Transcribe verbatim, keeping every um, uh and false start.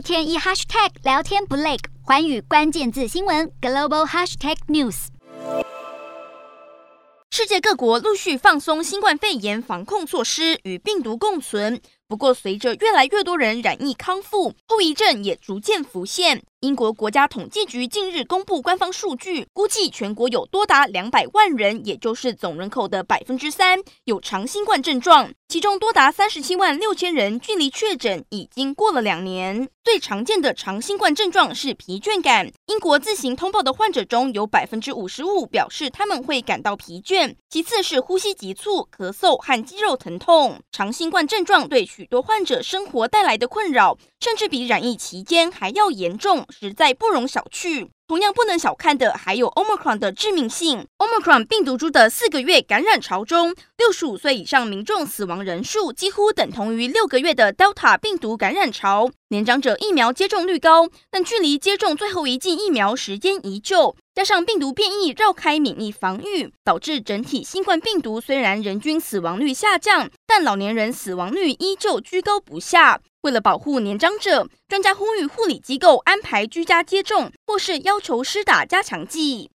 天一 hashtag 聊天不累，寰宇关键字新闻 global hashtag news。 世界各国陆续放松新冠肺炎防控措施，与病毒共存。不过，随着越来越多人染疫康复，后遗症也逐渐浮现。英国国家统计局近日公布官方数据，估计全国有多达两百万人，也就是总人口的百分之三，有长新冠症状，其中多达三十七万六千人距离确诊已经过了两年。最常见的长新冠症状是疲倦感，英国自行通报的患者中有百分之五十五表示他们会感到疲倦，其次是呼吸急促、咳嗽和肌肉疼痛。长新冠症状对许多患者生活带来的困扰，甚至比染疫期间还要严重，实在不容小觑。同样不能小看的还有 Omicron 的致命性。Omicron 病毒株的四个月感染潮中，六十五岁以上民众死亡人数几乎等同于六个月的 Delta 病毒感染潮。年长者疫苗接种率高，但距离接种最后一剂疫苗时间依旧，加上病毒变异绕开免疫防御，导致整体新冠病毒虽然人均死亡率下降，但老年人死亡率依旧居高不下。为了保护年长者，专家呼吁护理机构安排居家接种，或是要求施打加强剂。